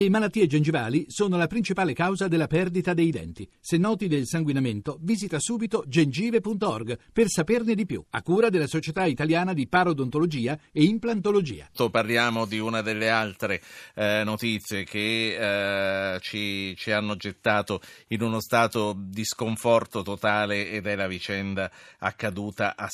Le malattie gengivali sono la principale causa della perdita dei denti. Se noti del sanguinamento, visita subito gengive.org per saperne di più, a cura della Società Italiana di Parodontologia e Implantologia. Parliamo di una delle altre notizie che ci hanno gettato in uno stato di sconforto totale, ed è la vicenda accaduta a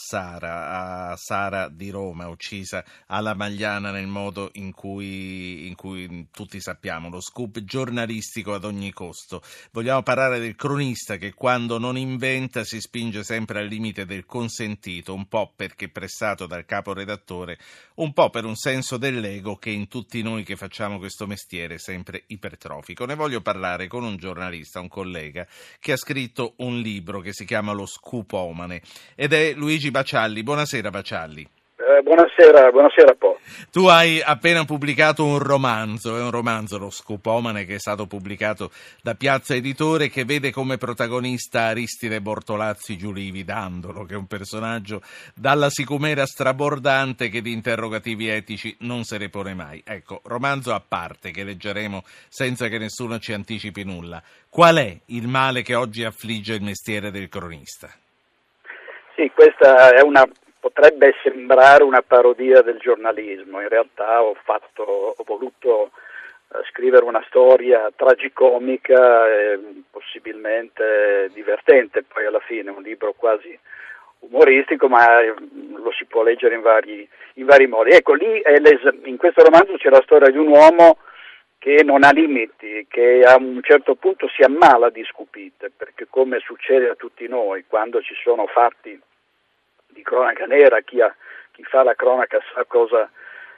Sara di Roma, uccisa alla Magliana nel modo in cui tutti sappiamo. Lo scoop giornalistico ad ogni costo. Vogliamo parlare del cronista che quando non inventa si spinge sempre al limite del consentito, un po' perché pressato dal caporedattore, un po' per un senso dell'ego che in tutti noi che facciamo questo mestiere è sempre ipertrofico. Ne voglio parlare con un giornalista, un collega, che ha scritto un libro che si chiama Lo Scupomane ed è Luigi Bacialli. Buonasera Bacialli. Buonasera Po. Tu hai appena pubblicato un romanzo, Lo Scupomane, che è stato pubblicato da Piazza Editore, che vede come protagonista Aristide Bortolazzi Giulivi Dandolo, che è un personaggio dalla sicumera strabordante che di interrogativi etici non se ne pone mai. Ecco, romanzo a parte che leggeremo senza che nessuno ci anticipi nulla. Qual è il male che oggi affligge il mestiere del cronista? Sì, questa è potrebbe sembrare una parodia del giornalismo. In realtà ho voluto scrivere una storia tragicomica e possibilmente divertente, poi alla fine un libro quasi umoristico, ma lo si può leggere in vari modi. Ecco, lì in questo romanzo c'è la storia di un uomo che non ha limiti, che a un certo punto si ammala di scupite, perché come succede a tutti noi, quando ci sono fatti di cronaca nera, chi fa la cronaca sa cosa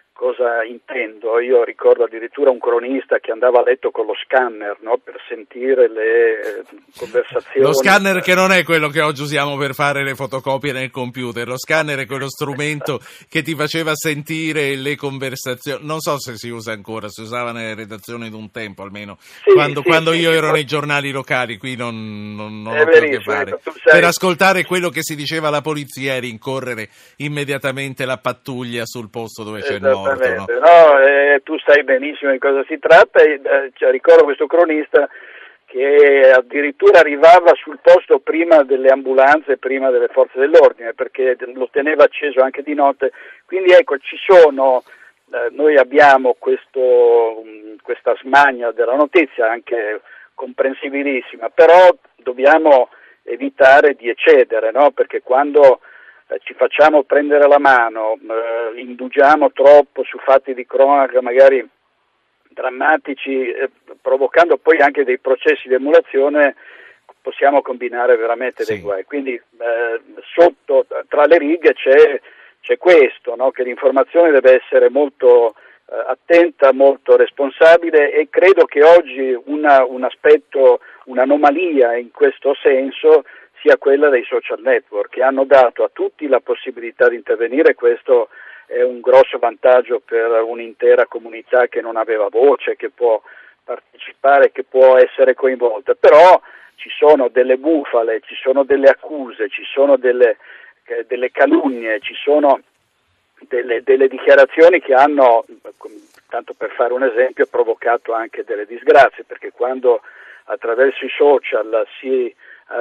intendo. Io ricordo addirittura un cronista che andava a letto con lo scanner, no, per sentire le conversazioni. Lo scanner che non è quello che oggi usiamo per fare le fotocopie nel computer, lo scanner è quello strumento che ti faceva sentire le conversazioni. Non so se si usa ancora, si usava nelle redazioni di un tempo almeno, quando io ero nei giornali locali, qui non ho più a che fare. Per ascoltare quello che si diceva alla polizia e rincorrere immediatamente la pattuglia sul posto dove c'è il morto. No? Tu sai benissimo di cosa si tratta. Ricordo questo cronista che addirittura arrivava sul posto prima delle ambulanze, prima delle forze dell'ordine, perché lo teneva acceso anche di notte. Quindi ecco, noi abbiamo questa smania della notizia, anche comprensibilissima, però dobbiamo evitare di eccedere, no? Perché quando ci facciamo prendere la mano, indugiamo troppo su fatti di cronaca magari drammatici, provocando poi anche dei processi di emulazione, possiamo combinare veramente dei guai. Quindi sotto, tra le righe c'è questo, no? Che l'informazione deve essere molto attenta, molto responsabile, e credo che oggi un aspetto, un'anomalia in questo senso sia quella dei social network, che hanno dato a tutti la possibilità di intervenire. Questo è un grosso vantaggio per un'intera comunità che non aveva voce, che può partecipare, che può essere coinvolta. Però ci sono delle bufale, ci sono delle accuse, ci sono delle calunnie, ci sono delle dichiarazioni che hanno, tanto per fare un esempio, provocato anche delle disgrazie, perché quando attraverso i social si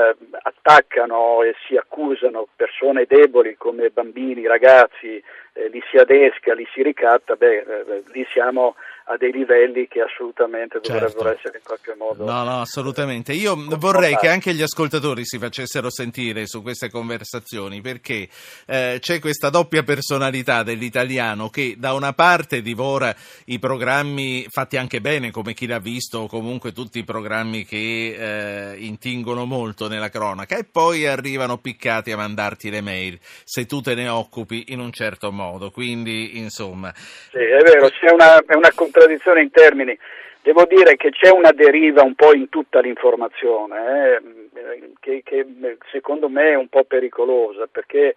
attaccano e si accusano persone deboli come bambini, ragazzi, li si adesca, li si ricatta, lì siamo a dei livelli che assolutamente dovrebbero essere in qualche modo. No, assolutamente. Io vorrei che anche gli ascoltatori si facessero sentire su queste conversazioni, perché c'è questa doppia personalità dell'italiano che da una parte divora i programmi fatti anche bene, come Chi l'ha visto, o comunque tutti i programmi che intingono molto nella cronaca, e poi arrivano piccati a mandarti le mail se tu te ne occupi in un certo modo. Quindi, insomma. Sì, è vero, c'è una contraddizione in termini. Devo dire che c'è una deriva un po' in tutta l'informazione, che secondo me è un po' pericolosa, perché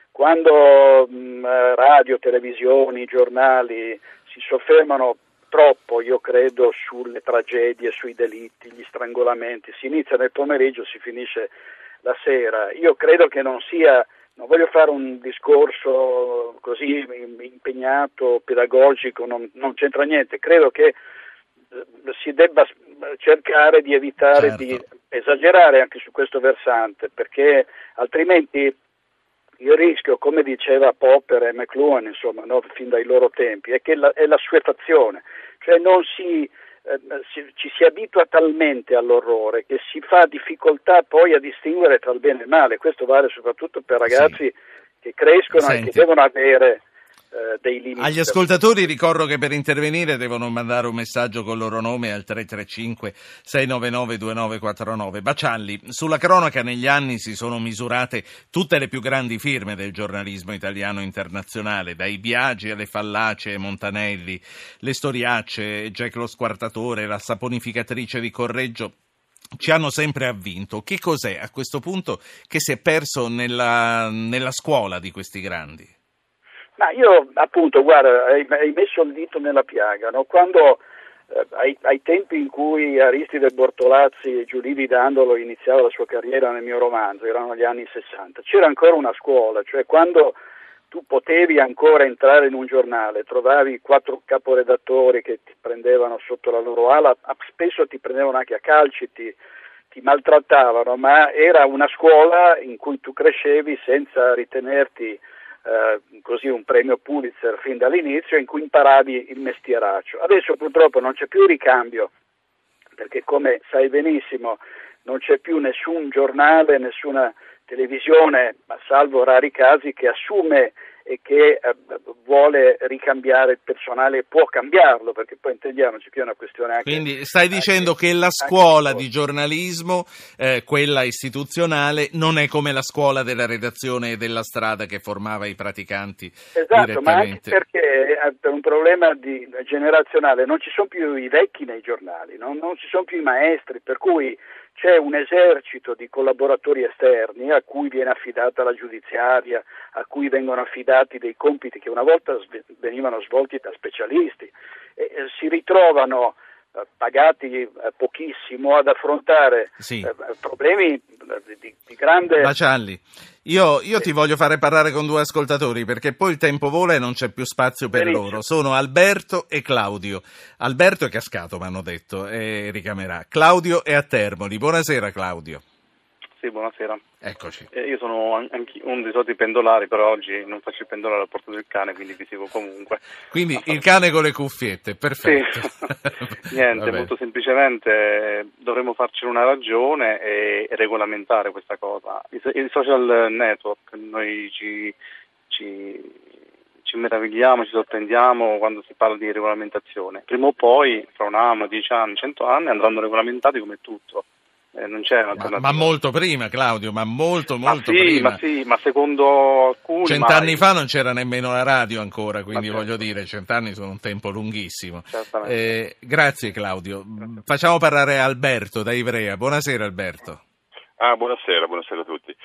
quando radio, televisioni, giornali si soffermano troppo, io credo, sulle tragedie, sui delitti, gli strangolamenti, si inizia nel pomeriggio, si finisce la sera. Io credo che non voglio fare un discorso così impegnato, pedagogico, non c'entra niente. Credo che si debba cercare di evitare certo. di esagerare anche su questo versante, perché altrimenti il rischio, come diceva Popper e McLuhan, insomma, no, fin dai loro tempi, è che è l'assuefazione, cioè non ci si abitua talmente all'orrore che si fa difficoltà poi a distinguere tra il bene e il male. Questo vale soprattutto per ragazzi che crescono e che devono avere dei limiti. Agli ascoltatori ricordo che per intervenire devono mandare un messaggio con il loro nome al 335-699-2949. Bacialli, sulla cronaca negli anni si sono misurate tutte le più grandi firme del giornalismo italiano e internazionale, dai Biagi alle Fallacie, Montanelli, le Storiacce, Jack lo Squartatore, la saponificatrice di Correggio. Ci hanno sempre avvinto. Che cos'è a questo punto che si è perso nella scuola di questi grandi? Ma io, appunto, guarda, hai messo il dito nella piaga, no? Quando ai tempi in cui Aristide Bortolazzi e Giulini Dandolo iniziava la sua carriera nel mio romanzo, erano gli anni 60, c'era ancora una scuola, cioè quando tu potevi ancora entrare in un giornale, trovavi 4 caporedattori che ti prendevano sotto la loro ala, spesso ti prendevano anche a calci, ti maltrattavano, ma era una scuola in cui tu crescevi senza ritenerti così un premio Pulitzer fin dall'inizio, in cui imparavi il mestieraccio. Adesso purtroppo non c'è più ricambio, perché come sai benissimo non c'è più nessun giornale, nessuna televisione, ma salvo rari casi, che assume e che vuole ricambiare il personale e può cambiarlo, perché poi intendiamoci che è una questione anche... Quindi stai dicendo che la scuola di giornalismo, quella istituzionale, non è come la scuola della redazione e della strada che formava i praticanti direttamente. Ma anche perché per un problema generazionale non ci sono più i vecchi nei giornali, non ci sono più i maestri, per cui c'è un esercito di collaboratori esterni a cui viene affidata la giudiziaria, a cui vengono affidati dei compiti che una volta venivano svolti da specialisti, e si ritrovano pagati pochissimo ad affrontare problemi di grande... Bacialli, io ti voglio fare parlare con 2 ascoltatori, perché poi il tempo vola e non c'è più spazio per loro. Sono Alberto e Claudio. Alberto è cascato, mi hanno detto, e ricamerà. Claudio è a Termoli. Buonasera Claudio. Sì, buonasera. Eccoci. Io sono anche uno dei soliti pendolari, però oggi non faccio il pendolare al posto del cane, quindi vi seguo comunque. Quindi il cane con le cuffiette, perfetto. Sì. Niente, molto semplicemente dovremmo farci una ragione e regolamentare questa cosa. I social network, noi ci meravigliamo, ci sorprendiamo quando si parla di regolamentazione. Prima o poi, fra 1 anno, 10 anni, 100 anni, andranno regolamentati come tutto. Non c'è ma molto prima, Claudio, molto prima. Ma secondo alcuni 100 anni fa non c'era nemmeno la radio ancora, quindi voglio dire, 100 anni sono un tempo lunghissimo. Grazie Claudio. Grazie. Facciamo parlare Alberto da Ivrea. Buonasera Alberto. Buonasera a tutti.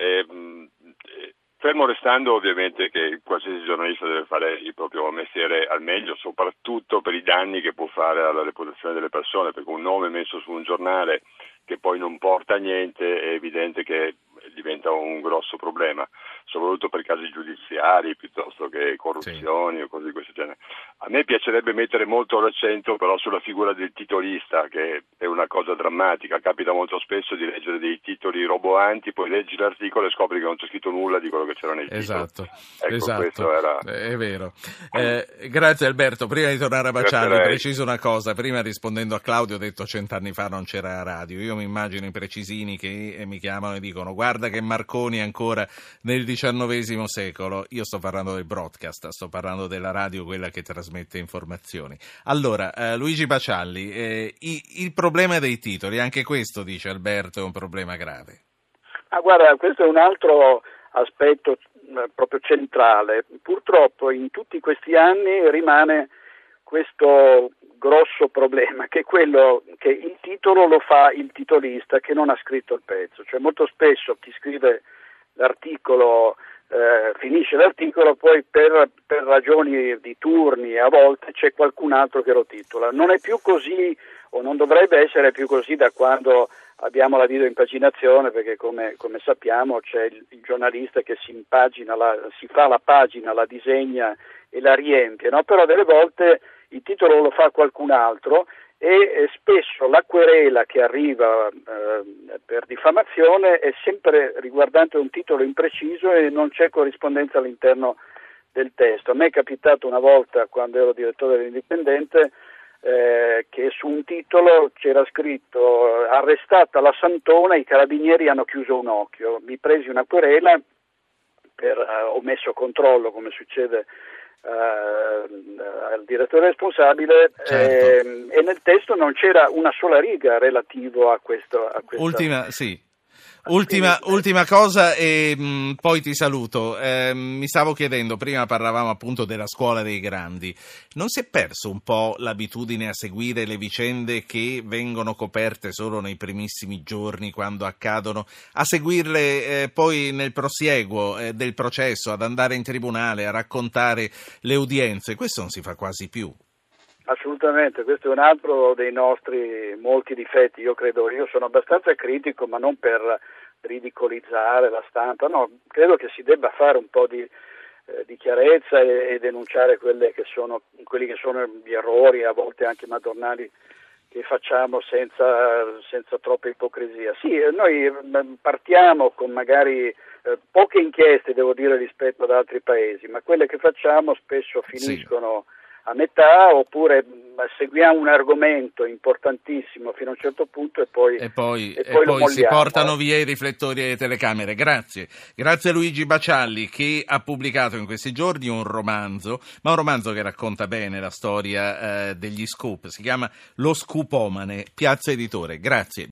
Fermo restando ovviamente che qualsiasi giornalista deve fare il proprio mestiere al meglio, soprattutto per i danni che può fare alla reputazione delle persone, perché un nome messo su un giornale che poi non porta a niente è evidente che diventa un grosso problema, soprattutto per casi giudiziari piuttosto che corruzioni o cose di questo genere. A me piacerebbe mettere molto l'accento però sulla figura del titolista, che è una cosa drammatica. Capita molto spesso di leggere dei titoli roboanti, poi leggi l'articolo e scopri che non c'è scritto nulla di quello che c'era nel titolo. Esatto, è vero. Grazie Alberto. Prima di tornare a Bacialli, preciso una cosa. Prima rispondendo a Claudio ho detto 100 anni fa non c'era la radio. Io mi immagino i precisini che mi chiamano e dicono guarda che Marconi è ancora nel XIX secolo. Io sto parlando del broadcast, sto parlando della radio, quella che trasmette informazioni. Allora, Luigi Bacialli, il problema dei titoli, anche questo, dice Alberto, è un problema grave. Guarda, questo è un altro aspetto proprio centrale. Purtroppo in tutti questi anni rimane questo grosso problema, che è quello che il titolo lo fa il titolista che non ha scritto il pezzo. Cioè molto spesso chi scrive l'articolo finisce l'articolo, poi per ragioni di turni a volte c'è qualcun altro che lo titola. Non è più così, o non dovrebbe essere più così, da quando abbiamo la videoimpaginazione, perché come sappiamo c'è il giornalista che si fa la pagina, la disegna e la riempie, no? Però delle volte il titolo lo fa qualcun altro e spesso la querela che arriva per diffamazione è sempre riguardante un titolo impreciso e non c'è corrispondenza all'interno del testo. A me è capitato una volta, quando ero direttore dell'Indipendente, che su un titolo c'era scritto arrestata la Santona, i carabinieri hanno chiuso un occhio. Mi presi una querela per omesso controllo, come succede al direttore responsabile, certo. E nel testo non c'era una sola riga relativo a questo. Ultima cosa e poi ti saluto. Mi stavo chiedendo, prima parlavamo appunto della scuola dei grandi, non si è perso un po' l'abitudine a seguire le vicende che vengono coperte solo nei primissimi giorni quando accadono, a seguirle poi nel prosieguo del processo, ad andare in tribunale, a raccontare le udienze? Questo non si fa quasi più. Assolutamente, questo è un altro dei nostri molti difetti. Io sono abbastanza critico, ma non per ridicolizzare la stampa, no, credo che si debba fare un po' di chiarezza e denunciare quelli che sono gli errori, a volte anche madornali, che facciamo senza troppa ipocrisia. Sì, noi partiamo con magari poche inchieste, devo dire, rispetto ad altri paesi, ma quelle che facciamo spesso finiscono a metà, oppure seguiamo un argomento importantissimo fino a un certo punto e poi si portano via i riflettori e le telecamere. Grazie a Luigi Bacialli, che ha pubblicato in questi giorni un romanzo che racconta bene la storia degli scoop. Si chiama Lo Scoopomane, Piazza Editore. Grazie.